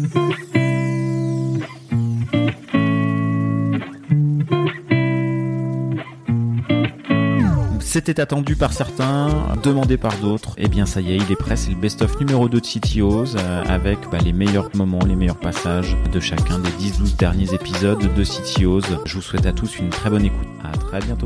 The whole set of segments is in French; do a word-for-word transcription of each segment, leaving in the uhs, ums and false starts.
C'était attendu par certains, demandé par d'autres. Eh bien ça y est, il est prêt, c'est le best-of numéro deux de C T Os euh, avec bah, les meilleurs moments, les meilleurs passages de chacun des dix douze derniers épisodes de C T Os. Je vous souhaite à tous une très bonne écoute. À très bientôt.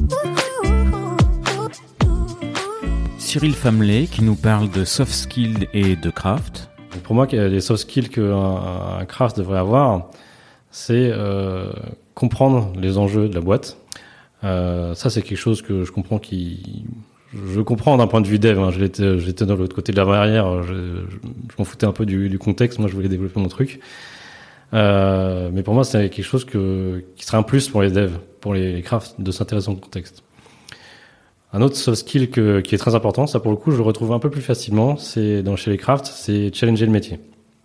Cyril Famelet qui nous parle de soft skills et de craft. Pour moi, les soft skills qu'un un craft devrait avoir, c'est euh, comprendre les enjeux de la boîte. Euh, ça, c'est quelque chose que je comprends qui, je comprends d'un point de vue dev, hein. Je l'étais, j'étais dans l'autre côté de la barrière. Je, je, je m'en foutais un peu du, du contexte. Moi, je voulais développer mon truc. Euh, mais pour moi, c'est quelque chose que, qui serait un plus pour les devs, pour les, les crafts, de s'intéresser au contexte. Un autre soft skill que, qui est très important, ça pour le coup, je le retrouve un peu plus facilement, c'est dans chez les crafts, c'est challenger le métier.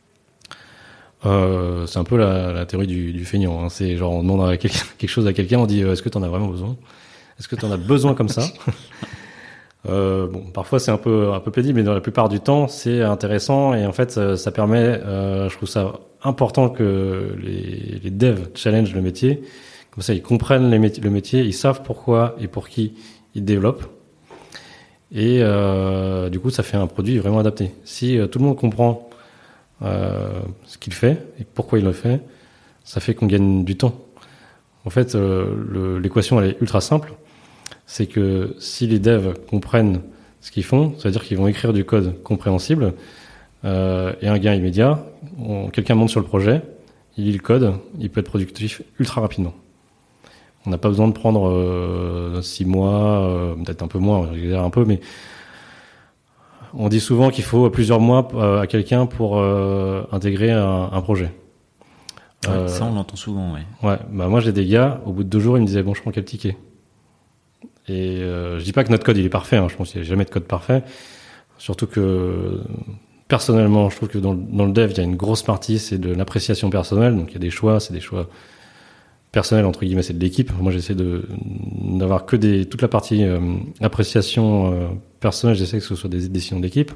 Euh, c'est un peu la, la théorie du, du feignant, hein. C'est genre on demande à quelque, quelque chose à quelqu'un, on dit euh, est-ce que t'en as vraiment besoin? Est-ce que t'en as besoin comme ça? euh, bon, parfois c'est un peu un peu pénible, mais dans la plupart du temps c'est intéressant et en fait ça, ça permet, euh, je trouve ça important que les, les devs challenge le métier, comme ça ils comprennent les métiers, le métier, ils savent pourquoi et pour qui ils développent et euh, du coup ça fait un produit vraiment adapté. Si euh, tout le monde comprend Euh, ce qu'il fait et pourquoi il le fait, ça fait qu'on gagne du temps. En fait, euh, le, l'équation elle est ultra simple. C'est que si les devs comprennent ce qu'ils font, ça veut dire qu'ils vont écrire du code compréhensible euh, et un gain immédiat. On, quelqu'un monte sur le projet, il lit le code, il peut être productif ultra rapidement. On n'a pas besoin de prendre euh, six mois, euh, peut-être un peu moins, j'exagère un peu, mais on dit souvent qu'il faut plusieurs mois à quelqu'un pour euh, intégrer un, un projet. Ouais, euh, ça, on l'entend souvent, ouais. Ouais, bah moi j'ai des gars, au bout de deux jours, ils me disaient bon, je prends quel ticket. Et euh, je dis pas que notre code il est parfait, hein, je pense qu'il n'y a jamais de code parfait. Surtout que personnellement, je trouve que dans, dans le dev, il y a une grosse partie, c'est de l'appréciation personnelle. Donc il y a des choix, c'est des choix personnels entre guillemets, c'est de l'équipe. Moi, j'essaie de d'avoir que des toute la partie euh, appréciation euh, personnelle. J'essaie que ce soit des décisions d'équipe.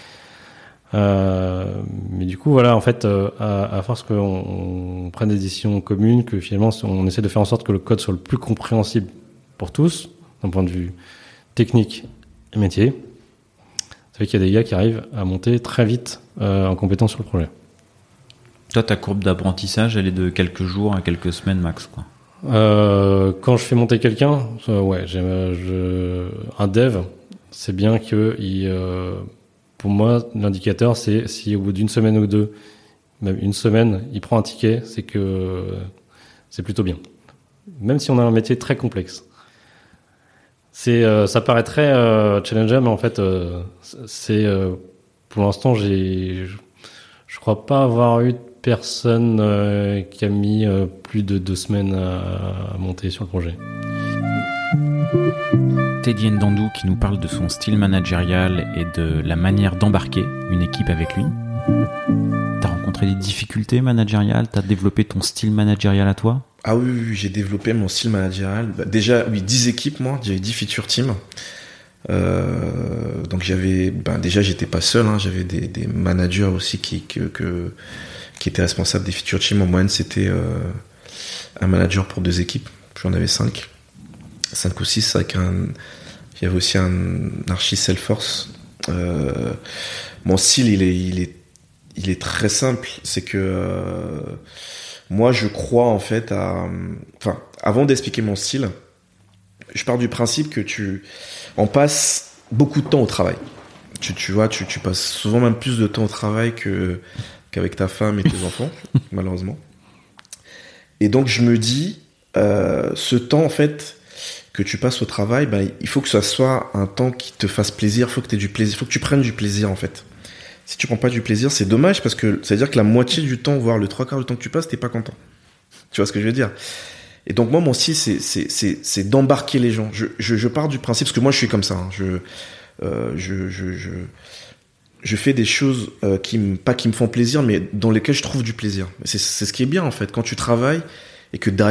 Euh, mais du coup, voilà, en fait, euh, à, à force qu'on on prenne des décisions communes, que finalement, on essaie de faire en sorte que le code soit le plus compréhensible pour tous, d'un point de vue technique et métier. Ça fait qu'il y a des gars qui arrivent à monter très vite euh, en compétence sur le projet. Toi, ta courbe d'apprentissage, elle est de quelques jours à quelques semaines max, quoi. Euh, quand je fais monter quelqu'un, euh, ouais, j'aime, je, un dev, c'est bien que, il, euh, pour moi, l'indicateur, c'est si au bout d'une semaine ou deux, même une semaine, il prend un ticket, c'est que c'est plutôt bien. Même si on a un métier très complexe. C'est, euh, ça paraît très euh, challengeant, mais en fait, euh, c'est, euh, pour l'instant, j'ai, je, je crois pas avoir eu personne euh, qui a mis euh, plus de deux semaines à, à monter sur le projet. Teddy Ndandou qui nous parle de son style managérial et de la manière d'embarquer une équipe avec lui. T'as rencontré des difficultés managériales? T'as développé ton style managérial à toi? Ah oui, oui, oui, j'ai développé mon style managérial. Bah, déjà, oui, dix équipes, moi, j'avais dix feature teams. Euh, donc j'avais, ben déjà j'étais pas seul, hein, j'avais des, des managers aussi qui que, que qui étaient responsables des feature teams. En moyenne, c'était euh, un manager pour deux équipes. Puis j'en avais cinq, cinq ou six. Avec un, il y avait aussi un archi Salesforce. Euh, mon style, il est, il est, il est très simple. C'est que euh, moi, je crois en fait à, enfin, avant d'expliquer mon style, je pars du principe que tu, on passe beaucoup de temps au travail. Tu, tu vois, tu, tu passes souvent même plus de temps au travail que, qu'avec ta femme et tes enfants, malheureusement. Et donc, je me dis, euh, ce temps, en fait, que tu passes au travail, ben, il faut que ce soit un temps qui te fasse plaisir, il faut que tu aies du plaisir, il faut que tu prennes du plaisir, en fait. Si tu prends pas du plaisir, c'est dommage parce que ça veut dire que la moitié du temps, voire le trois quarts du temps que tu passes, t'es pas content. Tu vois ce que je veux dire? Et donc moi, mon style, c'est, c'est, c'est, c'est d'embarquer les gens. Je, je, je pars du principe, parce que moi, je suis comme ça. Hein, je, euh, je, je, je, je fais des choses euh, qui me, pas qui me font plaisir, mais dans lesquelles je trouve du plaisir. C'est, c'est ce qui est bien en fait, quand tu travailles et que derrière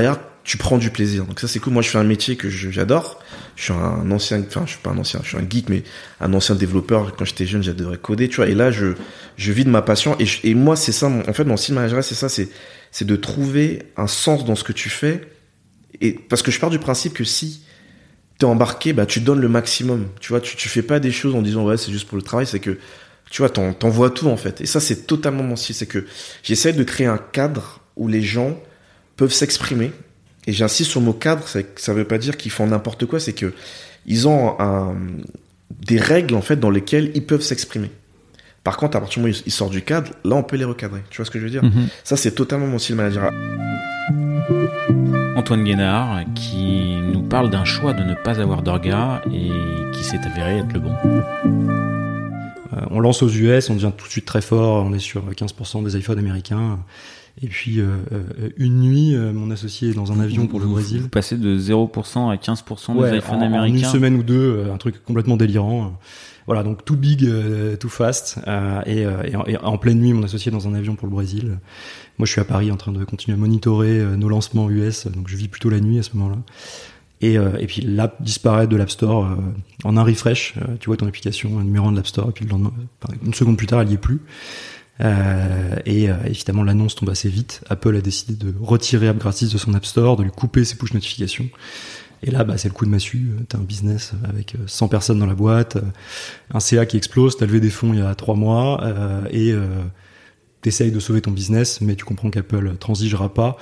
tu prends du plaisir. Donc ça c'est cool. Moi je fais un métier que je, j'adore. Je suis un ancien, enfin je suis pas un ancien, je suis un geek, mais un ancien développeur. Quand j'étais jeune, j'adorais coder, tu vois. Et là je je vis de ma passion. Et, je, et moi c'est ça, mon, en fait mon style managérial c'est ça, c'est c'est de trouver un sens dans ce que tu fais. Et parce que je pars du principe que si t'es embarqué, bah tu donnes le maximum. Tu vois, tu tu fais pas des choses en disant ouais c'est juste pour le travail. C'est que tu vois, t'en, t'envoies tout en fait. Et ça c'est totalement mon style. C'est que j'essaie de créer un cadre où les gens peuvent s'exprimer. Et j'insiste sur le mot cadre, ça, ça veut pas dire qu'ils font n'importe quoi, c'est que ils ont un, des règles en fait dans lesquelles ils peuvent s'exprimer. Par contre, à partir du moment où ils sortent du cadre, là on peut les recadrer. Tu vois ce que je veux dire ? Mm-hmm. Ça c'est totalement mon style managérial. Antoine Guénard qui nous parle d'un choix de ne pas avoir d'orga et qui s'est avéré être le bon. Euh, on lance aux U S, on devient tout de suite très fort, on est sur quinze pour cent des iPhones américains. Et puis euh, euh, une nuit, euh, mon associé est dans un avion pour le Brésil. Vous passez de zéro pour cent à quinze pour cent ouais, des iPhones en, américains. En une semaine ou deux, un truc complètement délirant. Voilà, donc too big, euh, too fast. Euh, et, euh, et, en, et en pleine nuit, mon associé est dans un avion pour le Brésil. Moi, je suis à Paris en train de continuer à monitorer euh, nos lancements U S. Donc je vis plutôt la nuit à ce moment-là. Et, euh, et puis l'app disparaît de l'App Store euh, en un refresh. Euh, tu vois ton application, un numéro un de l'App Store, et puis le lendemain, enfin, une seconde plus tard, elle y est plus. Euh, et euh, évidemment l'annonce tombe assez vite. Apple a décidé de retirer App Gratis de son App Store, de lui couper ses push notifications. Et là bah c'est le coup de massue. T'as un business avec cent personnes dans la boîte, un C A qui explose, t'as levé des fonds il y a trois mois euh, et euh, t'essayes de sauver ton business, mais tu comprends qu'Apple transigera pas.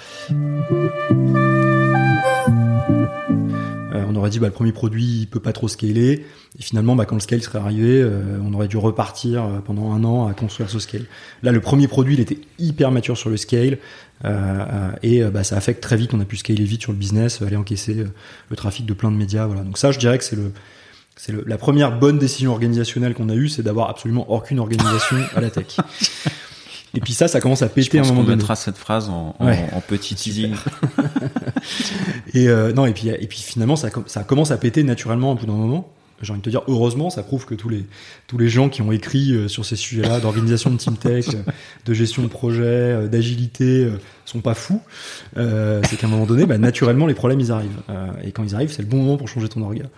Euh, on aurait dit bah le premier produit il peut pas trop scaler, et finalement bah quand le scale serait arrivé, euh, on aurait dû repartir pendant un an à construire ce scale. Là le premier produit il était hyper mature sur le scale, euh, et bah ça a fait que très vite on a pu scaler vite sur le business, aller encaisser le trafic de plein de médias, voilà. Donc ça je dirais que c'est le c'est le, la première bonne décision organisationnelle qu'on a eue, c'est d'avoir absolument aucune organisation à la tech. Et puis ça, ça commence à péter à un moment donné. On mettra cette phrase en, en, ouais. en petit teasing. et euh, non, et puis et puis finalement, ça ça commence à péter naturellement au bout d'un moment. J'ai envie de te dire, heureusement, ça prouve que tous les tous les gens qui ont écrit euh, sur ces sujets-là, d'organisation de team tech, euh, de gestion de projet, euh, d'agilité, euh, sont pas fous. Euh, c'est qu'à un moment donné, bah, naturellement, les problèmes ils arrivent. Euh, et quand ils arrivent, c'est le bon moment pour changer ton orga.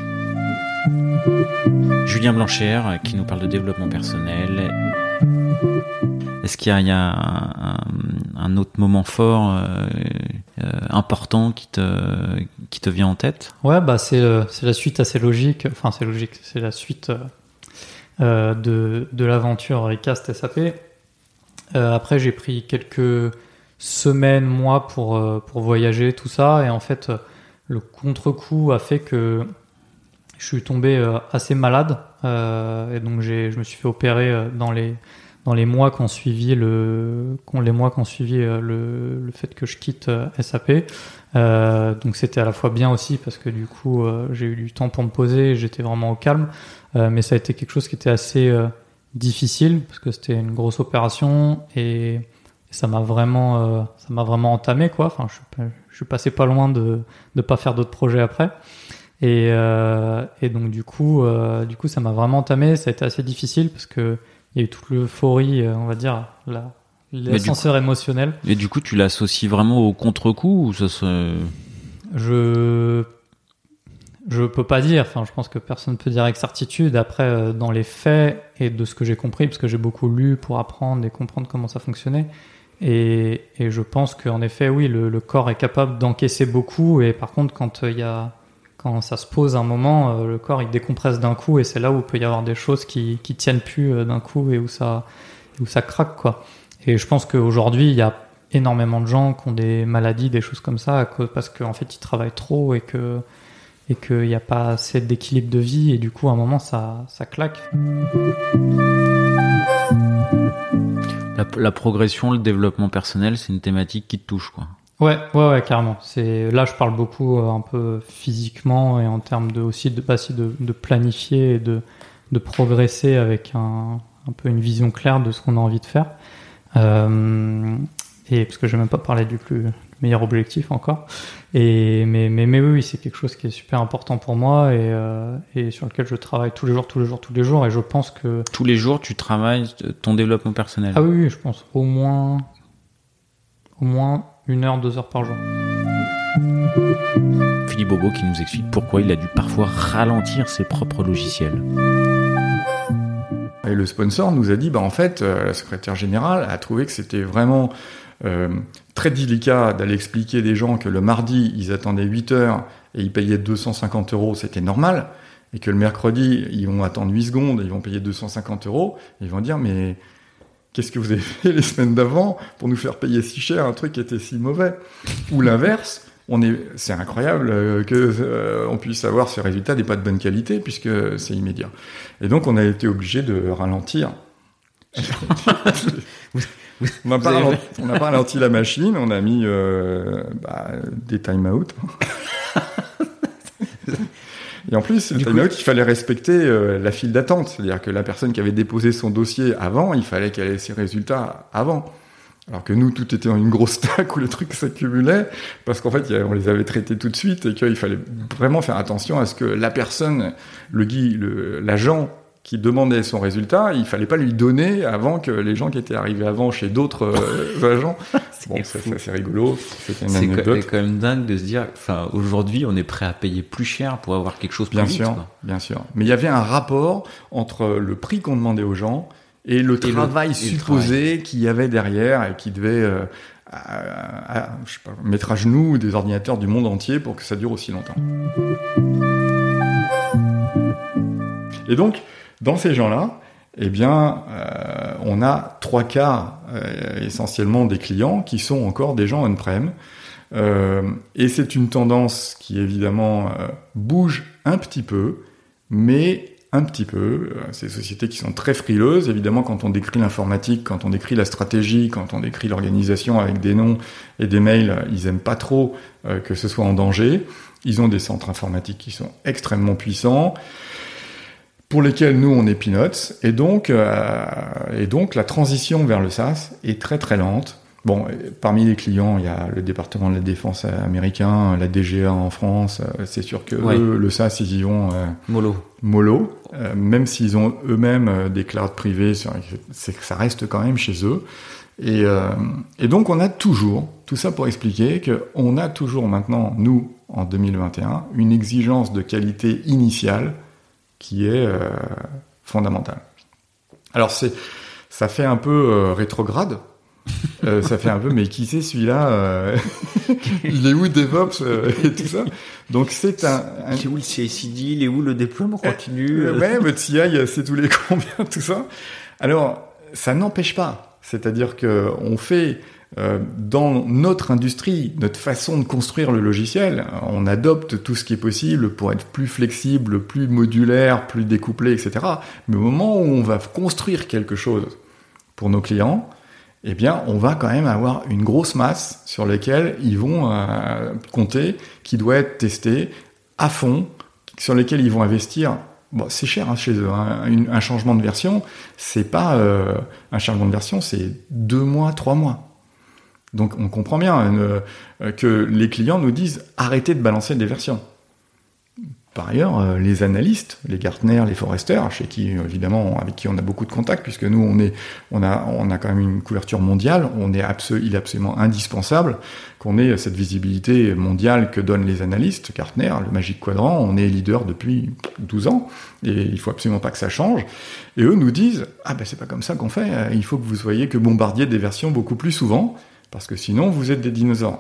Julien Blancher qui nous parle de développement personnel. Est-ce qu'il y a, il y a un, un autre moment fort, euh, euh, important qui te, qui te vient en tête ? Ouais, bah c'est, c'est la suite assez logique. Enfin, c'est logique. C'est la suite euh, de, de l'aventure Recast S A P. Euh, après, j'ai pris quelques semaines, mois pour, pour voyager, tout ça. Et en fait, le contre-coup a fait que je suis tombé assez malade. Euh, et donc, j'ai, je me suis fait opérer dans les... dans les mois qui ont suivi le, les mois qui ont suivi le, le fait que je quitte S A P. Euh, donc c'était à la fois bien aussi parce que du coup euh, j'ai eu du temps pour me poser, j'étais vraiment au calme. Euh, mais ça a été quelque chose qui était assez euh, difficile parce que c'était une grosse opération et, et ça m'a vraiment, euh, ça m'a vraiment entamé quoi. Enfin, je, je suis passé pas loin de de pas faire d'autres projets après. Et, euh, et donc du coup, euh, du coup ça m'a vraiment entamé. Ça a été assez difficile parce que il y a eu toute l'euphorie, on va dire, la, l'ascenseur coup, émotionnel. Et du coup, tu l'associes vraiment au contre-coup ou ça se... Je je peux pas dire. Enfin, je pense que personne peut dire avec certitude. Après, dans les faits et de ce que j'ai compris, parce que j'ai beaucoup lu pour apprendre et comprendre comment ça fonctionnait, et, et je pense qu'en effet, oui, le, le corps est capable d'encaisser beaucoup. Et par contre, quand il y a Quand ça se pose un moment, euh, le corps il décompresse d'un coup et c'est là où il peut y avoir des choses qui qui tiennent plus euh, d'un coup et où ça où ça craque quoi. Et je pense qu'aujourd'hui il y a énormément de gens qui ont des maladies, des choses comme ça à cause, parce qu'en fait ils travaillent trop et que et qu'il n'y a pas assez d'équilibre de vie et du coup à un moment ça ça claque. La, la progression, le développement personnel, c'est une thématique qui te touche quoi. Ouais, ouais, ouais, carrément. C'est là, je parle beaucoup euh, un peu physiquement et en termes de aussi de passer de, de planifier et de de progresser avec un un peu une vision claire de ce qu'on a envie de faire. Euh, et parce que j'ai même pas parlé du plus meilleur objectif encore. Et mais mais mais oui, c'est quelque chose qui est super important pour moi et euh, et sur lequel je travaille tous les jours, tous les jours, tous les jours. Et je pense que tous les jours, tu travailles ton développement personnel. Ah oui, oui, je pense au moins au moins une heure, deux heures par jour. Philippe Bobo qui nous explique pourquoi il a dû parfois ralentir ses propres logiciels. Et le sponsor nous a dit, bah en fait, euh, la secrétaire générale a trouvé que c'était vraiment euh, très délicat d'aller expliquer des gens que le mardi, ils attendaient huit heures et ils payaient deux cent cinquante euros, c'était normal, et que le mercredi, ils vont attendre huit secondes et ils vont payer deux cent cinquante euros, et ils vont dire, mais qu'est-ce que vous avez fait les semaines d'avant pour nous faire payer si cher un truc qui était si mauvais? Ou l'inverse, on est, c'est incroyable euh, que euh, on puisse avoir ce résultat n'est pas de bonne qualité puisque c'est immédiat. Et donc on a été obligé de ralentir. on n'a pas, ralenti, on n'a pas ralenti la machine, on a mis euh, bah, des time-out. Et en plus, le time-out, il fallait respecter euh, la file d'attente, c'est-à-dire que la personne qui avait déposé son dossier avant, il fallait qu'elle ait ses résultats avant. Alors que nous, tout était dans une grosse stack où les trucs s'accumulaient, parce qu'en fait, on les avait traités tout de suite et qu'il fallait vraiment faire attention à ce que la personne, le guide, le, l'agent qui demandait son résultat, il fallait pas lui donner avant que les gens qui étaient arrivés avant chez d'autres euh, agents. Bon, ça, ça, c'est rigolo. C'était une c'est anecdote. C'est quand même dingue de se dire, enfin, aujourd'hui, on est prêt à payer plus cher pour avoir quelque chose plus bien vite. Sûr, quoi. Bien sûr. Mais il y avait un rapport entre le prix qu'on demandait aux gens et le et travail le, supposé travail. Qu'il y avait derrière et qui devait euh, à, à, je sais pas, mettre à genoux des ordinateurs du monde entier pour que ça dure aussi longtemps. Et donc, dans ces gens-là, eh bien, euh, on a trois quarts euh, essentiellement des clients qui sont encore des gens on-prem. Euh, et c'est une tendance qui, évidemment, euh, bouge un petit peu, mais un petit peu. C'est des sociétés qui sont très frileuses. Évidemment, quand on décrit l'informatique, quand on décrit la stratégie, quand on décrit l'organisation avec des noms et des mails, ils aiment pas trop euh, que ce soit en danger. Ils ont des centres informatiques qui sont extrêmement puissants, pour lesquels nous, on est peanuts. Et donc, euh, et donc, la transition vers le SaaS est très très lente. Bon, parmi les clients, il y a le département de la défense américain, la D G A en France. C'est sûr que ouais. eux, le SaaS, ils y vont euh, mollo. Mollo. Euh, même s'ils ont eux-mêmes euh, des clouds privés, c'est que ça reste quand même chez eux. Et, euh, et donc, on a toujours, tout ça pour expliquer qu'on a toujours maintenant, nous, en deux mille vingt et un, une exigence de qualité initiale qui est euh, fondamentale. Alors, c'est, ça fait un peu euh, rétrograde. euh, ça fait un peu, mais qui c'est celui-là euh... Il est où DevOps euh, et tout ça. Donc c'est un, un... Il est où le C I C D, il est où le déploiement continu euh, Ouais, votre C I, c'est tous les combien, tout ça. Alors, ça n'empêche pas. C'est-à-dire que on fait euh, dans notre industrie, notre façon de construire le logiciel, on adopte tout ce qui est possible pour être plus flexible, plus modulaire, plus découplé, et cetera. Mais au moment où on va construire quelque chose pour nos clients, eh bien, on va quand même avoir une grosse masse sur laquelle ils vont euh, compter, qui doit être testée à fond, sur lesquels ils vont investir. Bon, c'est cher hein, chez eux. Hein. Une, un changement de version, c'est pas euh, un changement de version, c'est deux mois, trois mois. Donc, on comprend bien euh, que les clients nous disent arrêtez de balancer des versions. Par ailleurs, euh, les analystes, les Gartner, les Forrester, chez qui évidemment avec qui on a beaucoup de contacts, puisque nous on est, on a, on a quand même une couverture mondiale, on est absolu, il est absolument indispensable qu'on ait cette visibilité mondiale que donnent les analystes. Gartner, le Magic Quadrant, on est leader depuis douze ans et il faut absolument pas que ça change. Et eux nous disent ah ben c'est pas comme ça qu'on fait, il faut que vous soyez que bombardier des versions beaucoup plus souvent, parce que sinon vous êtes des dinosaures.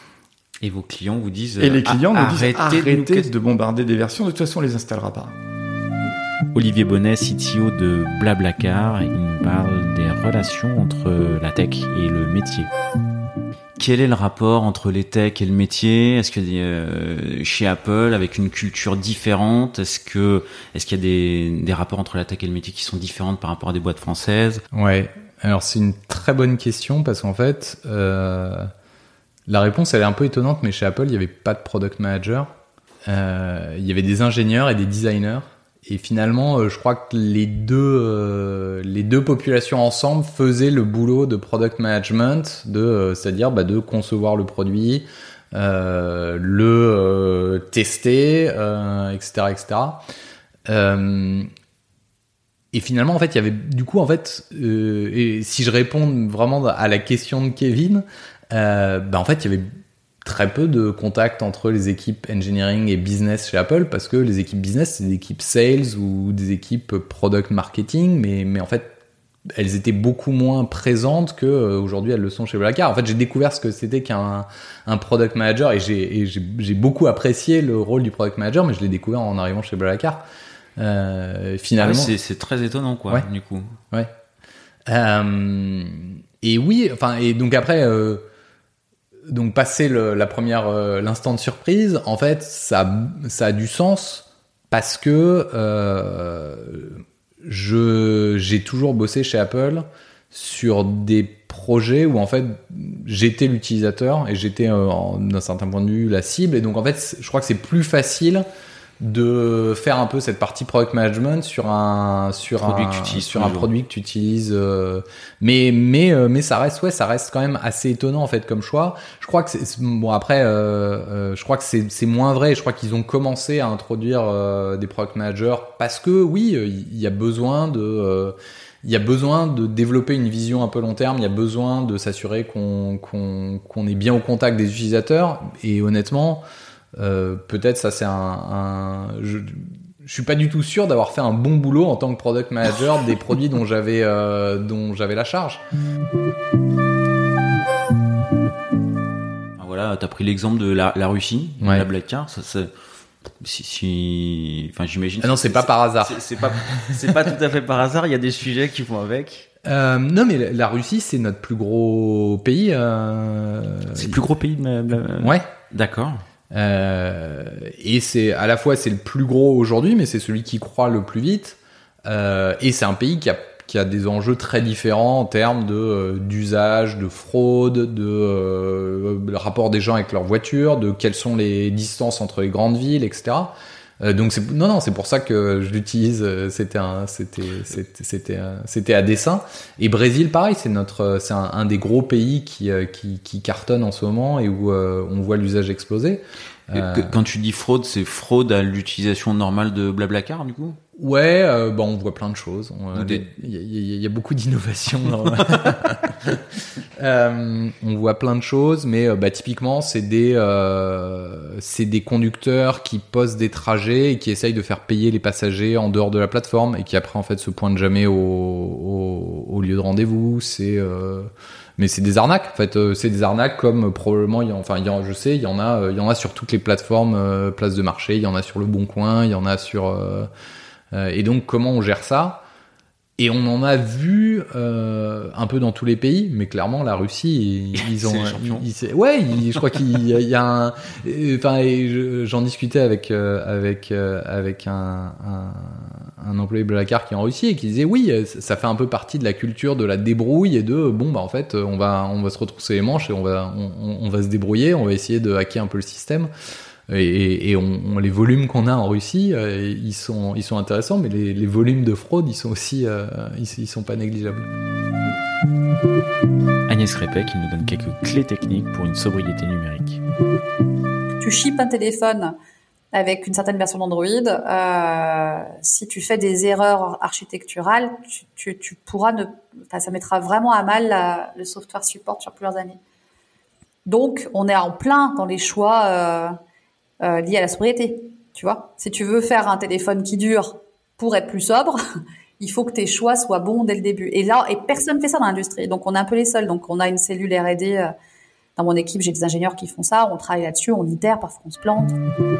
Et vos clients vous disent... Et les clients nous disent arrêtez, arrêtez de, de bombarder des versions, de toute façon on les installera pas. Olivier Bonnet, C T O de Blablacar, il nous parle des relations entre la tech et le métier. Quel est le rapport entre les techs et le métier ? Est-ce que euh, chez Apple, avec une culture différente, est-ce que est-ce qu'il y a des, des rapports entre la tech et le métier qui sont différents par rapport à des boîtes françaises ? Ouais, alors c'est une très bonne question parce qu'en fait... Euh... La réponse, elle est un peu étonnante, mais chez Apple, il n'y avait pas de product manager. Euh, il y avait des ingénieurs et des designers. Et finalement, euh, je crois que les deux, euh, les deux populations ensemble faisaient le boulot de product management, de, euh, c'est-à-dire bah, de concevoir le produit, euh, le euh, tester, euh, et cetera, et cetera. Euh, et finalement, en fait, il y avait du coup, en fait, euh, et si je réponds vraiment à la question de Kevin. Euh, bah en fait, il y avait très peu de contact entre les équipes engineering et business chez Apple, parce que les équipes business, c'est des équipes sales ou des équipes product marketing, mais, mais en fait, elles étaient beaucoup moins présentes qu'aujourd'hui elles le sont chez Blablacar. En fait, j'ai découvert ce que c'était qu'un un product manager, et j'ai, et j'ai, j'ai beaucoup apprécié le rôle du product manager, mais je l'ai découvert en arrivant chez Blablacar. Euh, finalement, ah ouais, c'est, c'est très étonnant, quoi, ouais. du coup. Ouais. Euh, et oui, enfin, et donc après, euh, donc passer le, la première, euh, l'instant de surprise, en fait, ça, ça a du sens parce que euh, je, j'ai toujours bossé chez Apple sur des projets où en fait j'étais l'utilisateur et j'étais euh, en, d'un certain point de vue la cible, et donc en fait je crois que c'est plus facile de faire un peu cette partie product management sur un sur produit un que tu utilises sur un produit que tu utilises euh, mais mais euh, mais ça reste ouais ça reste quand même assez étonnant en fait comme choix. Je crois que c'est bon après euh, euh, je crois que c'est c'est moins vrai. Je crois qu'ils ont commencé à introduire euh, des product managers parce que oui il y a besoin de euh, il y a besoin de développer une vision un peu long terme, il y a besoin de s'assurer qu'on qu'on qu'on est bien au contact des utilisateurs, et honnêtement Euh, peut-être ça c'est un, un je, je suis pas du tout sûr d'avoir fait un bon boulot en tant que product manager des produits dont j'avais euh, dont j'avais la charge. Voilà, t'as pris l'exemple de la, la Russie, ouais. la Blablacar, ça, ça si, si, enfin j'imagine. Ah non, c'est, c'est pas par hasard. C'est, c'est pas, c'est pas tout à fait par hasard. Il y a des sujets qui vont avec. Euh, non, mais la, la Russie c'est notre plus gros pays. Euh... C'est le plus gros pays de la... Ouais. D'accord. Euh, et c'est à la fois c'est le plus gros aujourd'hui, mais c'est celui qui croît le plus vite. Euh, et c'est un pays qui a qui a des enjeux très différents en termes de euh, d'usage, de fraude, de euh, le rapport des gens avec leur voiture, de quelles sont les distances entre les grandes villes, et cetera. Euh, donc c'est non non c'est pour ça que je l'utilise. C'était un c'était c'était c'était c'était à dessein. Et Brésil pareil, c'est notre c'est un, un des gros pays qui qui qui cartonne en ce moment et où euh, on voit l'usage exploser. Euh... Quand tu dis fraude, c'est fraude à l'utilisation normale de Blablacar du coup? Ouais, euh, bah on voit plein de choses. Il des... y, y, y a beaucoup d'innovations. euh, on voit plein de choses, mais euh, bah, typiquement, c'est des euh, c'est des conducteurs qui posent des trajets et qui essayent de faire payer les passagers en dehors de la plateforme et qui après en fait se pointent jamais au, au, au lieu de rendez-vous. C'est euh, mais c'est des arnaques. En fait, euh, c'est des arnaques comme probablement, il y a, enfin, il y a, je sais, il y en a, il y en a sur toutes les plateformes, euh, places de marché. Il y en a sur Le Bon Coin, il y en a sur euh, Euh, et donc, comment on gère ça? Et on en a vu euh, un peu dans tous les pays, mais clairement, la Russie, ils, ils ont, ils, ils, ouais, ils, je crois qu'il y a, il y a un, enfin, je, j'en discutais avec euh, avec euh, avec un, un un employé Blablacar qui est en Russie et qui disait oui, ça fait un peu partie de la culture de la débrouille et de bon bah en fait, on va on va se retrousser les manches et on va on, on va se débrouiller, on va essayer de hacker un peu le système. Et, et on, on, les volumes qu'on a en Russie, euh, ils sont, ils sont intéressants, mais les, les volumes de fraude, ils sont aussi, euh, ils, ils sont pas négligeables. Agnès Répet qui nous donne quelques clés techniques pour une sobriété numérique. Tu shippes un téléphone avec une certaine version d'Android. Euh, si tu fais des erreurs architecturales, tu, tu, tu pourras ne, enfin, ça mettra vraiment à mal la, le software support sur plusieurs années. Donc, on est en plein dans les choix. Euh, Euh, lié à la sobriété, tu vois. Si tu veux faire un téléphone qui dure pour être plus sobre, il faut que tes choix soient bons dès le début. Et là, et personne fait ça dans l'industrie. Donc, on est un peu les seuls. Donc, on a une cellule R et D. Euh, dans mon équipe, j'ai des ingénieurs qui font ça. On travaille là-dessus, on itère, parfois on se plante.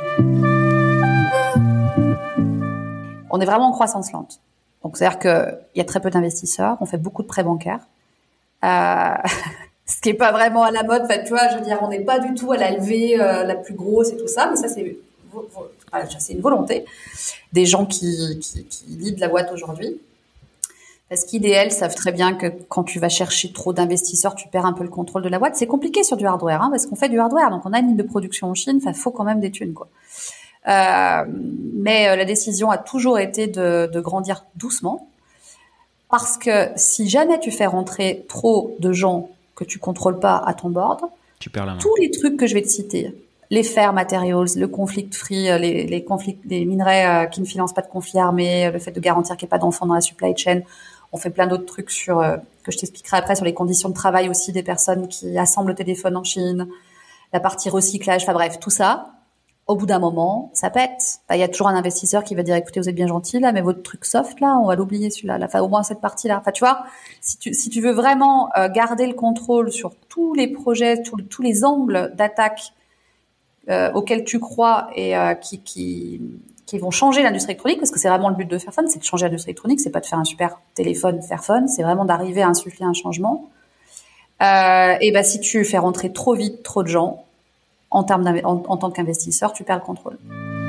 On est vraiment en croissance lente. Donc, c'est-à-dire que il y a très peu d'investisseurs. On fait beaucoup de prêts bancaires. Euh... Ce qui est pas vraiment à la mode, en fait, tu vois, je veux dire, on n'est pas du tout à la levée euh, la plus grosse et tout ça, mais ça c'est, c'est une volonté des gens qui, qui, qui leadent la boîte aujourd'hui. Parce qu'I D L savent très bien que quand tu vas chercher trop d'investisseurs, tu perds un peu le contrôle de la boîte. C'est compliqué sur du hardware, hein, parce qu'on fait du hardware, donc on a une ligne de production en Chine, enfin, faut quand même des thunes, quoi. Euh, mais euh, la décision a toujours été de, de grandir doucement, parce que si jamais tu fais rentrer trop de gens que tu contrôles pas à ton board, tu perds la main. Tous les trucs que je vais te citer, les fair materials, le conflict free, les, les conflits, les minerais euh, qui ne financent pas de conflits armés, le fait de garantir qu'il n'y ait pas d'enfants dans la supply chain. On fait plein d'autres trucs sur, euh, que je t'expliquerai après sur les conditions de travail aussi des personnes qui assemblent le téléphone en Chine. la partie recyclage, enfin bref, tout ça. Au bout d'un moment, ça pète. Il y a toujours un investisseur qui va dire, écoutez, vous êtes bien gentil, là, mais votre truc soft, là, on va l'oublier, celui-là. Là. Enfin, au moins cette partie-là. Enfin, tu vois, si tu, si tu veux vraiment euh, garder le contrôle sur tous les projets, tous, tous les angles d'attaque euh, auxquels tu crois et euh, qui, qui, qui vont changer l'industrie électronique, parce que c'est vraiment le but de Fairphone, c'est de changer l'industrie électronique, c'est pas de faire un super téléphone Fairphone, c'est vraiment d'arriver à insuffler un changement. Euh, et ben, si tu fais rentrer trop vite trop de gens, En, termes en, en tant qu'investisseur, tu perds le contrôle.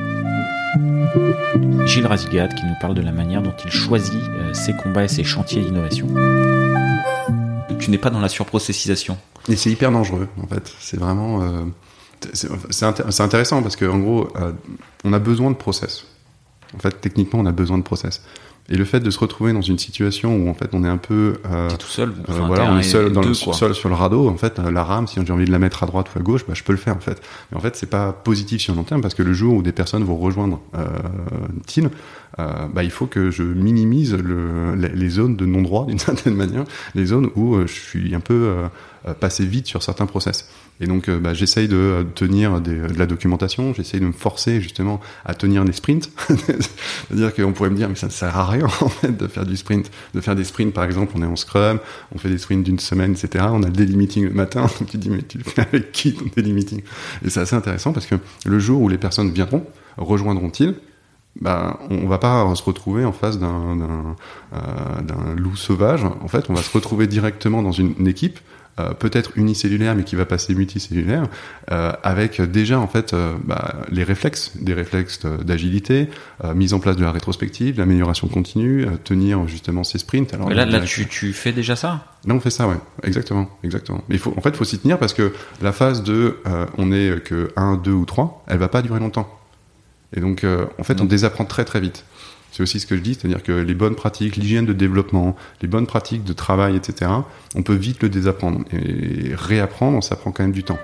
Gilles Razigat qui nous parle de la manière dont il choisit euh, ses combats et ses chantiers d'innovation. Tu n'es pas dans la surprocessisation. Et c'est hyper dangereux, en fait. C'est vraiment... Euh, c'est, c'est, intér- c'est intéressant parce qu'en gros, euh, on a besoin de process. En fait, techniquement, on a besoin de process. Et le fait de se retrouver dans une situation où en fait on est un peu euh, t'es tout seul, euh, enfin, voilà, on est seul dans deux, le quoi. seul sur le radeau. En fait, la rame, si j'ai envie de la mettre à droite ou à gauche, bah je peux le faire en fait. Mais en fait, c'est pas positif sur le long terme parce que le jour où des personnes vont rejoindre euh, T I N, euh, bah il faut que je minimise le, les, les zones de non-droit d'une certaine manière, les zones où euh, je suis un peu euh, passé vite sur certains process. Et donc, euh, bah, j'essaye de tenir des, de la documentation, j'essaye de me forcer justement à tenir des sprints. C'est-à-dire qu'on pourrait me dire, mais ça ne sert à rien en fait de faire du sprint, de faire des sprints. Par exemple, on est en Scrum, on fait des sprints d'une semaine, et cetera. On a le daily meeting le matin, donc tu te dis, mais tu le fais avec qui ton daily meeting? Et c'est assez intéressant parce que le jour où les personnes viendront, rejoindront-ils, bah, on va pas se retrouver en face d'un, d'un, euh, d'un loup sauvage. En fait, on va se retrouver directement dans une, une équipe. Euh, peut-être unicellulaire mais qui va passer multicellulaire euh, avec déjà en fait euh, bah, les réflexes, des réflexes d'agilité, euh, mise en place de la rétrospective, l'amélioration continue, euh, tenir justement ces sprints. Alors mais là, là tu, tu fais déjà ça? Là on fait ça, ouais, exactement, exactement. Mais il faut, en fait, il faut s'y tenir parce que la phase de euh, on est que un, deux ou trois, elle va pas durer longtemps. Et donc euh, en fait, on désapprend très très vite. C'est aussi ce que je dis, c'est-à-dire que les bonnes pratiques, l'hygiène de développement, les bonnes pratiques de travail, et cetera, on peut vite le désapprendre. Et réapprendre, ça prend quand même du temps.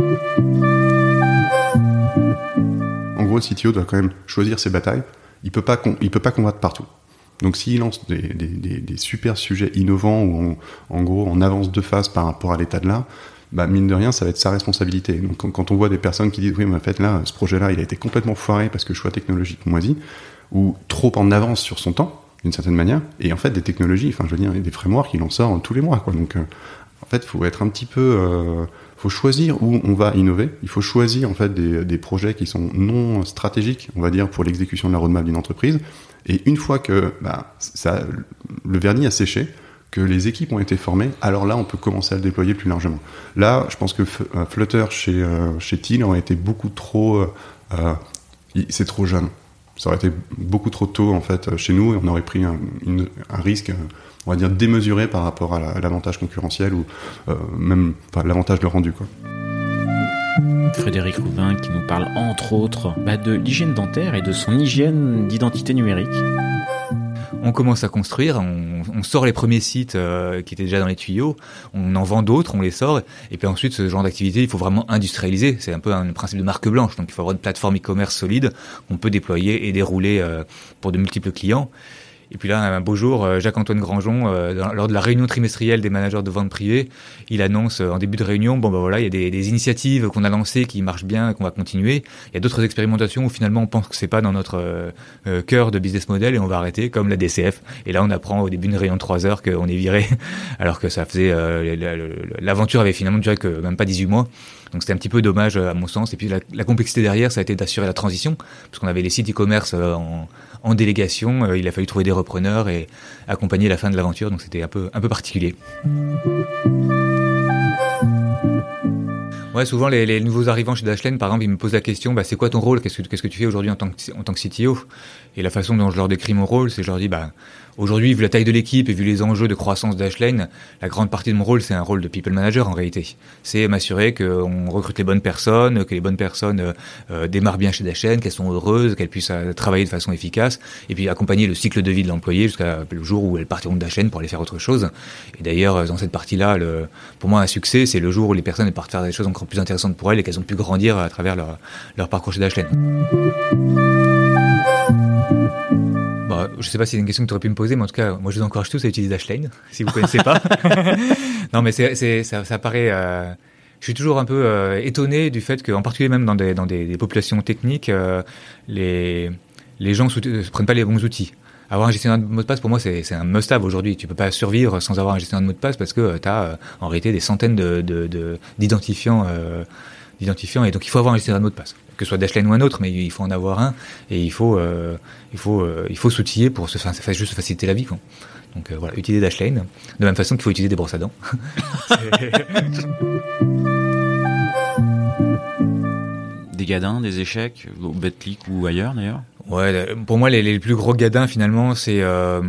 En gros, le C T O doit quand même choisir ses batailles. Il peut pas, con- il peut pas combattre partout. Donc s'il lance des, des, des, des super sujets innovants où on, en gros on avance deux phases par rapport à l'état de l'art, bah mine de rien ça va être sa responsabilité. Donc quand, quand on voit des personnes qui disent oui mais en fait là ce projet-là il a été complètement foiré parce que choix technologique moisi, ou trop en avance sur son temps, d'une certaine manière, et en fait des technologies, enfin je veux dire, des frameworks, il en sort tous les mois, quoi. Donc euh, en fait, il faut être un petit peu, euh, faut choisir où on va innover. Il faut choisir en fait des, des projets qui sont non stratégiques, on va dire, pour l'exécution de la roadmap d'une entreprise. Et une fois que bah, ça, le vernis a séché, que les équipes ont été formées, alors là, on peut commencer à le déployer plus largement. Là, je pense que Flutter chez euh, chez T I N aurait été beaucoup trop, euh, c'est trop jeune. Ça aurait été beaucoup trop tôt en fait chez nous et on aurait pris un, une, un risque, on va dire démesuré par rapport à, la, à l'avantage concurrentiel ou euh, même enfin, l'avantage de rendu, quoi. Frédéric Rouvin qui nous parle entre autres bah, de l'hygiène dentaire et de son hygiène d'identité numérique. On commence à construire, on, on sort les premiers sites euh, qui étaient déjà dans les tuyaux, on en vend d'autres, on les sort, et puis ensuite ce genre d'activité, il faut vraiment industrialiser. C'est un peu un principe de marque blanche, donc il faut avoir une plateforme e-commerce solide qu'on peut déployer et dérouler euh, pour de multiples clients. Et puis là, un beau jour, Jacques-Antoine Grangeon, euh, dans, lors de la réunion trimestrielle des managers de vente privée, il annonce euh, en début de réunion, bon ben voilà, il y a des, des initiatives qu'on a lancées qui marchent bien et qu'on va continuer. Il y a d'autres expérimentations où finalement on pense que c'est pas dans notre euh, euh, cœur de business model et on va arrêter, comme la D C F. Et là, on apprend au début d'une réunion de trois heures qu'on est viré, alors que ça faisait euh, l'aventure avait finalement duré que même pas dix-huit mois. Donc c'était un petit peu dommage à mon sens. Et puis la, la complexité derrière, ça a été d'assurer la transition, parce qu'on avait les sites e-commerce euh, en en délégation, euh, il a fallu trouver des repreneurs et accompagner la fin de l'aventure, donc c'était un peu, un peu particulier. Ouais, souvent les, les nouveaux arrivants chez Dashlane, par exemple, ils me posent la question, bah, c'est quoi ton rôle? Qu'est-ce que, qu'est-ce que tu fais aujourd'hui en tant que, en tant que C T O? Et la façon dont je leur décris mon rôle, c'est je leur dis, bah, aujourd'hui, vu la taille de l'équipe et vu les enjeux de croissance de Dashlane, la grande partie de mon rôle, c'est un rôle de people manager en réalité. C'est m'assurer qu'on recrute les bonnes personnes, que les bonnes personnes euh, démarrent bien chez Dashlane, qu'elles sont heureuses, qu'elles puissent euh, travailler de façon efficace, et puis accompagner le cycle de vie de l'employé jusqu'à le jour où elles partiront de Dashlane pour aller faire autre chose. Et d'ailleurs, dans cette partie-là, le, pour moi, un succès, c'est le jour où les personnes partent faire des choses encore plus intéressantes pour elles et qu'elles ont pu grandir à travers leur, leur parcours chez Dashlane. Bon, je sais pas si c'est une question que tu aurais pu me poser, mais en tout cas, moi je vous encourage tous à utiliser Dashlane, si vous connaissez pas. Non, mais c'est, c'est, ça, ça paraît, euh, je suis toujours un peu euh, étonné du fait qu'en particulier même dans des, dans des, des populations techniques, euh, les, les gens ne prennent pas les bons outils. Avoir un gestionnaire de mot de passe, pour moi, c'est, c'est un must-have aujourd'hui. Tu peux pas survivre sans avoir un gestionnaire de mot de passe parce que euh, tu as euh, en réalité des centaines de, de, de, d'identifiants, euh, d'identifiants. Et donc, il faut avoir un gestionnaire de mot de passe. Que ce soit Dashlane ou un autre, mais il faut en avoir un. Et il faut, euh, il faut, euh, il faut s'outiller pour se, enfin, ça fait juste se faciliter la vie, quoi. Donc euh, voilà, utiliser Dashlane. De la même façon qu'il faut utiliser des brosses à dents. Des gadins, des échecs, au Betclic ou ailleurs d'ailleurs. Ouais, pour moi, les, les plus gros gadins, finalement, c'est euh,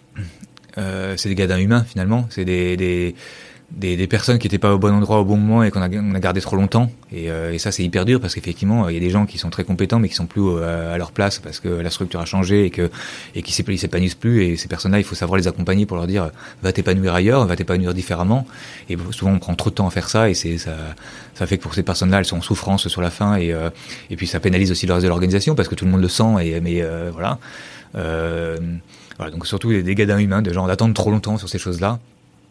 euh, c'est des gadins humains, finalement. C'est des, des, des, des personnes qui n'étaient pas au bon endroit au bon moment et qu'on a, on a gardé trop longtemps. Et, euh, et ça, c'est hyper dur parce qu'effectivement, il y a des gens qui sont très compétents mais qui sont plus euh, à leur place parce que la structure a changé et que et qui ne s'épanouissent plus. Et ces personnes-là, il faut savoir les accompagner pour leur dire va t'épanouir ailleurs, va t'épanouir différemment. Et souvent, on prend trop de temps à faire ça et c'est ça. Ça fait que pour ces personnes-là, elles sont en souffrance sur la fin et euh, et puis ça pénalise aussi le reste de l'organisation parce que tout le monde le sent. Et mais euh, voilà. Euh, voilà. Donc surtout des gadins humains, de gens d'attendre trop longtemps sur ces choses-là.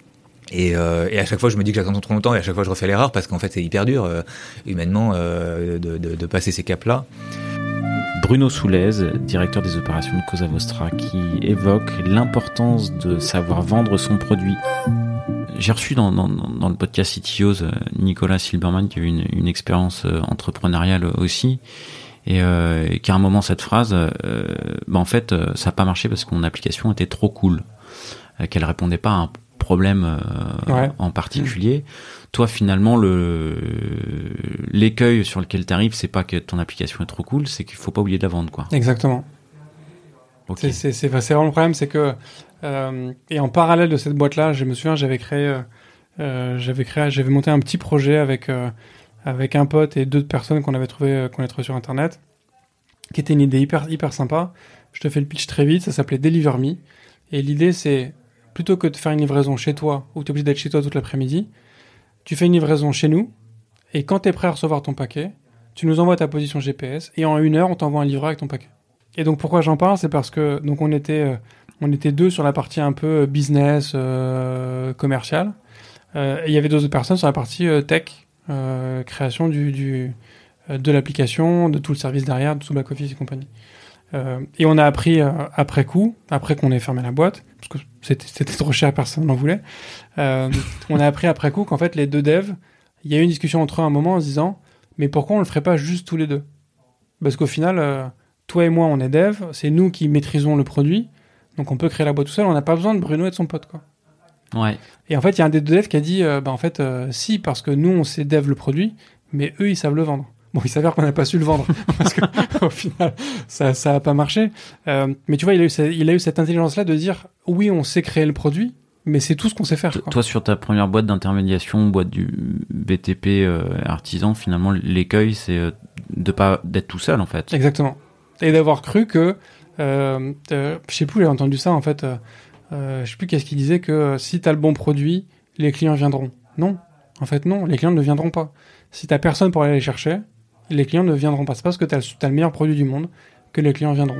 Et, euh, et à chaque fois, je me dis que j'attends trop longtemps et à chaque fois, je refais l'erreur parce qu'en fait, c'est hyper dur, euh, humainement, euh, de, de, de passer ces caps-là. Bruno Soulez, directeur des opérations de Cosa Vostra, qui évoque l'importance de savoir vendre son produit. J'ai reçu dans, dans, dans le podcast C T Os Nicolas Silberman, qui a eu une, une expérience entrepreneuriale aussi, et euh, qui à un moment, cette phrase, euh, bah en fait, ça n'a pas marché parce que mon application était trop cool, euh, qu'elle répondait pas à un problème euh, ouais. en particulier. Toi, finalement, le l'écueil sur lequel tu arrives, c'est pas que ton application est trop cool, c'est qu'il faut pas oublier de la vendre, quoi. Exactement. Okay. C'est, c'est, c'est, c'est vraiment le problème, c'est que euh, et en parallèle de cette boîte-là, je me souviens, j'avais créé, euh, j'avais créé, j'avais monté un petit projet avec euh, avec un pote et deux personnes qu'on avait trouvé, qu'on avait trouvé sur internet, qui était une idée hyper hyper sympa. Je te fais le pitch très vite. Ça s'appelait Deliver Me, et l'idée c'est plutôt que de faire une livraison chez toi, où tu es obligé d'être chez toi toute l'après-midi, tu fais une livraison chez nous, et quand tu es prêt à recevoir ton paquet, tu nous envoies ta position G P S, et en une heure, on t'envoie un livreur avec ton paquet. Et donc pourquoi j'en parle, c'est parce que donc on était, euh, on était deux sur la partie un peu business, euh, commercial, euh, et il y avait deux autres personnes sur la partie euh, tech, euh, création du, du, euh, de l'application, de tout le service derrière, de tout le back-office et compagnie. Euh, et on a appris euh, après coup, après qu'on ait fermé la boîte, parce que c'était, c'était trop cher, personne n'en voulait. Euh, on a appris après coup qu'en fait les deux devs, il y a eu une discussion entre eux à un moment en se disant, mais pourquoi on le ferait pas juste tous les deux ? Parce qu'au final, euh, toi et moi on est dev, c'est nous qui maîtrisons le produit, donc on peut créer la boîte tout seul, on n'a pas besoin de Bruno et de son pote, quoi. Ouais. Et en fait, il y a un des deux devs qui a dit, euh, bah en fait, euh, si, parce que nous on sait dev le produit, mais eux ils savent le vendre. Bon, il s'avère qu'on n'a pas su le vendre parce que au final, ça, ça a pas marché. Euh, mais tu vois, il a eu, il a eu cette intelligence-là de dire, oui, on sait créer le produit, mais c'est tout ce qu'on sait faire, quoi. Toi, sur ta première boîte d'intermédiation, boîte du B T P euh, artisan, finalement, l'écueil, c'est euh, de pas d'être tout seul, en fait. Exactement. Et d'avoir cru que, euh, euh, je sais plus, j'ai entendu ça, en fait, euh, euh, je sais plus qu'est-ce qu'il disait, que euh, si t'as le bon produit, les clients viendront. Non. En fait, non, les clients ne viendront pas. Si t'as personne pour aller les chercher, les clients ne viendront pas. C'est parce que tu as le, le meilleur produit du monde que les clients viendront.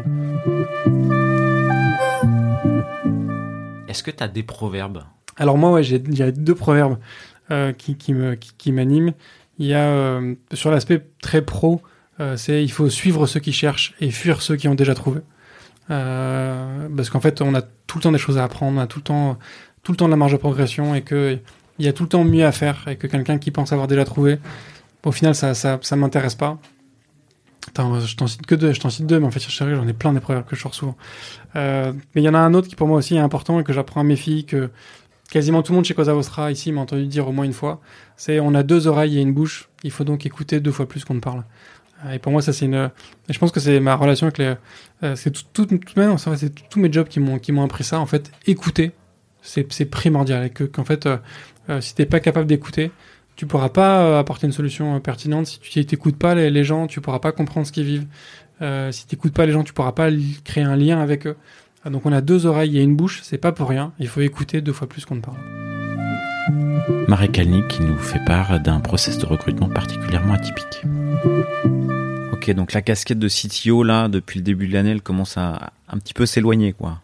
Est-ce que tu as des proverbes ? Alors moi, ouais, j'ai, j'ai deux proverbes euh, qui, qui, me, qui, qui m'animent. Il y a, euh, sur l'aspect très pro, euh, c'est il faut suivre ceux qui cherchent et fuir ceux qui ont déjà trouvé. Euh, parce qu'en fait, on a tout le temps des choses à apprendre, on a tout le temps, tout le temps de la marge de progression et qu'il y a tout le temps mieux à faire et que quelqu'un qui pense avoir déjà trouvé, au final, ça, ça, ça m'intéresse pas. Attends, je t'en cite que deux, je t'en cite deux, mais en fait, j'en ai plein des proverbes que je sors souvent. Euh, mais il y en a un autre qui pour moi aussi est important et que j'apprends à mes filles, que quasiment tout le monde chez Cosa Vostra ici m'a entendu dire au moins une fois. C'est on a deux oreilles et une bouche, il faut donc écouter deux fois plus qu'on ne parle. Et pour moi, ça c'est une. Et je pense que c'est ma relation avec les. Euh, c'est tout, tout, tout, tout, c'est tous mes jobs qui m'ont, qui m'ont appris ça. En fait, écouter, c'est, c'est primordial. Et que, qu'en fait, euh, euh, si t'es pas capable d'écouter, tu pourras pas euh, apporter une solution euh, pertinente. Si tu t'écoutes pas les, les gens, tu pourras pas comprendre ce qu'ils vivent. Euh, si t'écoutes pas les gens, tu pourras pas li- créer un lien avec eux. Euh, donc on a deux oreilles et une bouche, c'est pas pour rien. Il faut écouter deux fois plus qu'on ne parle. Marek Kalnick qui nous fait part d'un process de recrutement particulièrement atypique. Ok, donc la casquette de C T O là, depuis le début de l'année, elle commence à un petit peu s'éloigner, quoi.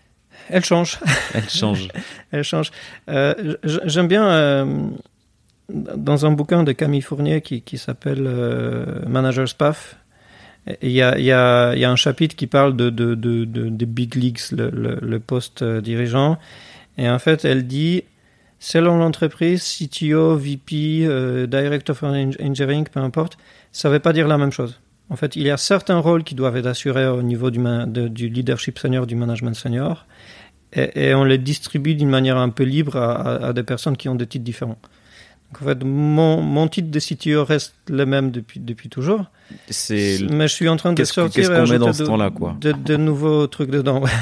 Elle change. Elle change. Elle change. Euh, j'aime bien. Euh, dans un bouquin de Camille Fournier qui, qui s'appelle euh, Manager's Path, il y a, y, a, y a un chapitre qui parle de, de, de, de, de big leagues, le, le, le poste dirigeant. Et en fait, elle dit, selon l'entreprise, C T O, V P, euh, Director of Engineering, peu importe, ça ne veut pas dire la même chose. En fait, il y a certains rôles qui doivent être assurés au niveau du, man- de, du leadership senior, du management senior, et, et on les distribue d'une manière un peu libre à, à, à des personnes qui ont des titres différents. Donc, en fait, mon, mon titre de C T O reste le même depuis, depuis toujours, C'est... mais je suis en train de Qu'est-ce, sortir qu'est-ce et qu'on met ajouter dans ce de, temps-là, quoi. de, de nouveaux trucs dedans. Ouais.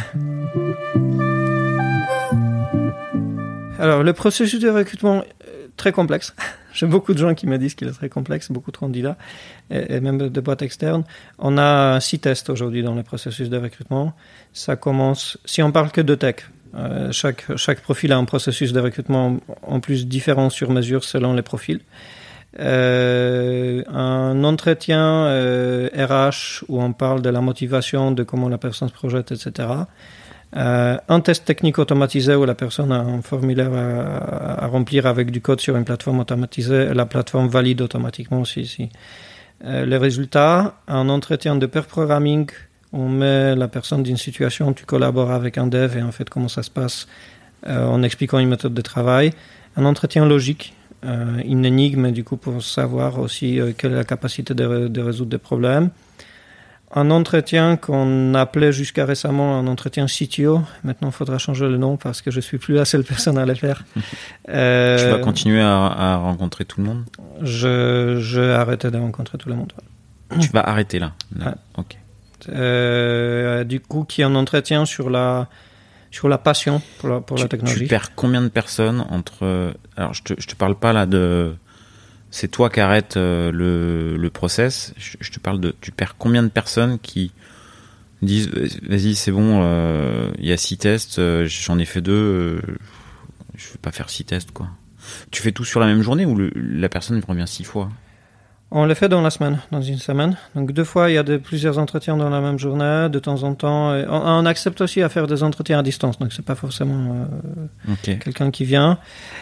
Alors, le processus de recrutement est très complexe. J'ai beaucoup de gens qui me disent qu'il est très complexe, beaucoup de candidats, et, et même de boîtes externes. On a six tests aujourd'hui dans le processus de recrutement. Ça commence, si on parle que de tech, euh, chaque, chaque profil a un processus de recrutement en plus différent sur mesure selon les profils. Euh, un entretien euh, R H où on parle de la motivation, de comment la personne se projette, et cetera. Euh, un test technique automatisé où la personne a un formulaire à, à remplir avec du code sur une plateforme automatisée. La plateforme valide automatiquement si, si. Euh, les résultats, un entretien de pair programming, on met la personne dans une situation où tu collabores avec un dev et en fait comment ça se passe euh, en expliquant une méthode de travail. Un entretien logique, euh, une énigme du coup pour savoir aussi euh, quelle est la capacité de, de résoudre des problèmes. Un entretien qu'on appelait jusqu'à récemment un entretien C T O. Maintenant, il faudra changer le nom parce que je suis plus la seule personne à le faire. Euh, tu vas continuer à, à rencontrer tout le monde ? Je, je vais arrêter de rencontrer tout le monde. Tu vas arrêter là, là. Ouais. Ok. Euh, du coup, qui est un entretien sur la, sur la passion pour la, pour tu, la technologie. Tu perds combien de personnes entre... Alors, je te, je te parle pas là de... C'est toi qui arrêtes euh, le, le process. Je, je te parle de... Tu perds combien de personnes qui disent vas-y, c'est bon, il euh, y a six tests, euh, j'en ai fait deux, euh, je vais pas faire six tests, quoi. Tu fais tout sur la même journée ou le, la personne revient six fois ? On le fait dans la semaine, dans une semaine. Donc deux fois, il y a de, plusieurs entretiens dans la même journée, de temps en temps. Et on, on accepte aussi à faire des entretiens à distance, donc c'est pas forcément euh, okay. quelqu'un qui vient.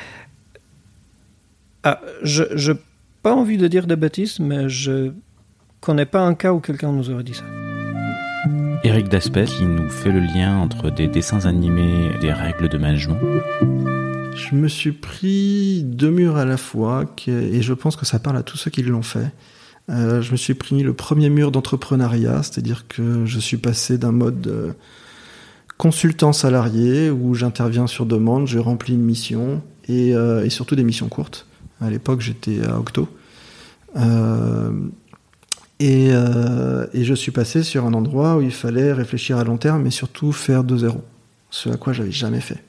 Ah, je n'ai pas envie de dire des bêtises, mais je connais pas un cas où quelqu'un nous aurait dit ça. Eric Daspet qui nous fait le lien entre des dessins animés et des règles de management. Je me suis pris deux murs à la fois et je pense que ça parle à tous ceux qui l'ont fait. Euh, je me suis pris le premier mur d'entrepreneuriat, c'est-à-dire que je suis passé d'un mode de consultant salarié où j'interviens sur demande, je remplis une mission et, euh, et surtout des missions courtes. À l'époque, j'étais à Octo. Euh, et, euh, et je suis passé sur un endroit où il fallait réfléchir à long terme, mais surtout faire de zéro. Ce à quoi j'avais jamais fait.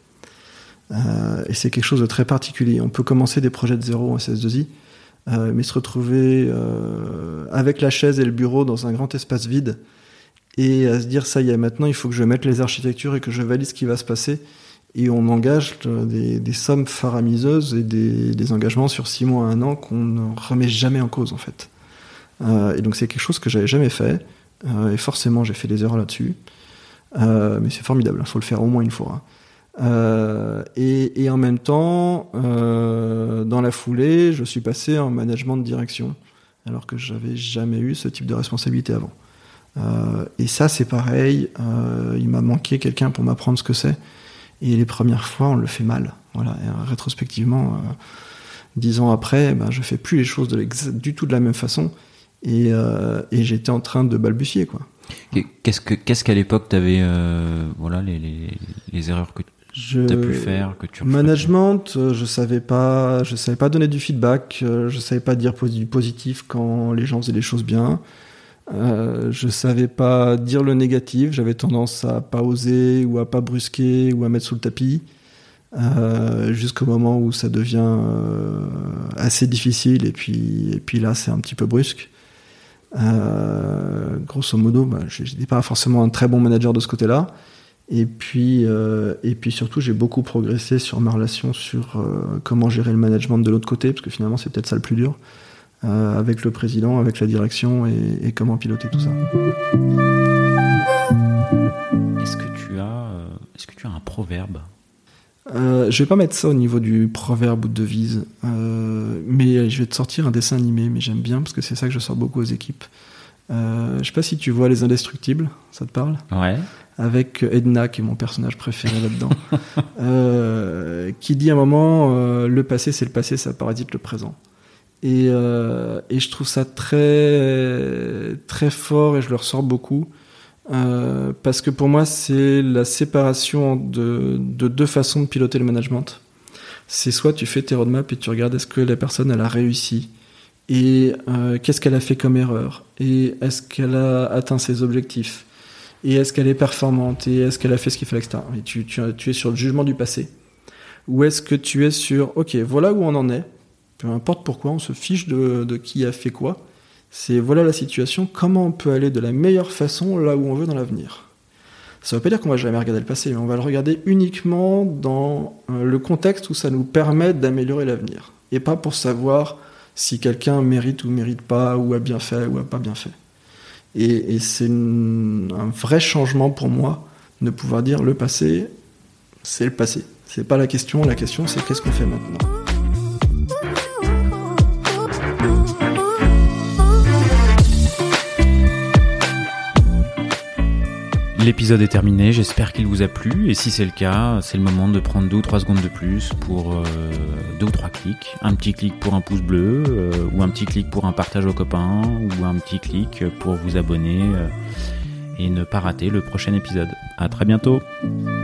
Euh, et c'est quelque chose de très particulier. On peut commencer des projets de zéro en S S deux I, euh, mais se retrouver euh, avec la chaise et le bureau dans un grand espace vide et à se dire, ça y est, maintenant, il faut que je mette les architectures et que je valide ce qui va se passer. Et on engage des, des sommes faramineuses et des, des engagements sur six mois à un an qu'on ne remet jamais en cause, en fait. Euh, et donc, c'est quelque chose que j'avais jamais fait. Euh, et forcément, j'ai fait des erreurs là-dessus. Euh, mais c'est formidable, il faut le faire au moins une fois. Euh, et, et en même temps, euh, dans la foulée, je suis passé en management de direction, alors que j'avais jamais eu ce type de responsabilité avant. Euh, et ça, c'est pareil. Euh, il m'a manqué quelqu'un pour m'apprendre ce que c'est. Et les premières fois, on le fait mal. Voilà. Et rétrospectivement, euh, dix ans après, ben, je fais plus les choses de du tout de la même façon. Et, euh, et j'étais en train de balbutier, quoi. Qu'est-ce que qu'est-ce qu'à l'époque t'avais euh, voilà les, les les erreurs que tu as pu faire, que tu management, euh, je savais pas, je savais pas donner du feedback, euh, je savais pas dire du positif quand les gens faisaient les choses bien. Euh, je savais pas dire le négatif, j'avais tendance à pas oser ou à pas brusquer ou à mettre sous le tapis euh, jusqu'au moment où ça devient euh, assez difficile et puis et puis là c'est un petit peu brusque. Euh, grosso modo, bah, j'étais pas forcément un très bon manager de ce côté-là. Et puis euh, et puis surtout j'ai beaucoup progressé sur ma relation sur euh, comment gérer le management de l'autre côté parce que finalement c'est peut-être ça le plus dur. Euh, avec le président, avec la direction et, et comment piloter tout ça. Est-ce que tu as, euh, est-ce que tu as un proverbe ? Euh, je vais pas mettre ça au niveau du proverbe ou de devise, euh, mais je vais te sortir un dessin animé, mais j'aime bien parce que c'est ça que je sors beaucoup aux équipes. Euh, je sais pas si tu vois Les Indestructibles, ça te parle ? Ouais. Avec Edna, qui est mon personnage préféré là-dedans, euh, qui dit à un moment euh, le passé c'est le passé, ça parasite le présent. Et, euh, et je trouve ça très très fort et je le ressors beaucoup. Euh, parce que pour moi, c'est la séparation de, de deux façons de piloter le management. C'est soit tu fais tes roadmaps et tu regardes est-ce que la personne elle a réussi et euh, qu'est-ce qu'elle a fait comme erreur et est-ce qu'elle a atteint ses objectifs et est-ce qu'elle est performante et est-ce qu'elle a fait ce qu'il fallait, et cetera. Et tu, tu, tu es sur le jugement du passé. Ou est-ce que tu es sur ok, voilà où on en est, peu importe pourquoi, on se fiche de, de qui a fait quoi. C'est voilà la situation, comment on peut aller de la meilleure façon là où on veut dans l'avenir. Ça ne veut pas dire qu'on va jamais regarder le passé, mais on va le regarder uniquement dans euh, le contexte où ça nous permet d'améliorer l'avenir. Et pas pour savoir si quelqu'un mérite ou mérite pas, ou a bien fait ou a pas bien fait. Et, et c'est une, un vrai changement pour moi de pouvoir dire le passé, c'est le passé. C'est pas la question, la question c'est qu'est-ce qu'on fait maintenant. L'épisode est terminé, j'espère qu'il vous a plu, et si c'est le cas, c'est le moment de prendre deux ou trois secondes de plus pour euh, deux ou trois clics. Un petit clic pour un pouce bleu, euh, ou un petit clic pour un partage aux copains, ou un petit clic pour vous abonner, euh, et ne pas rater le prochain épisode. À très bientôt.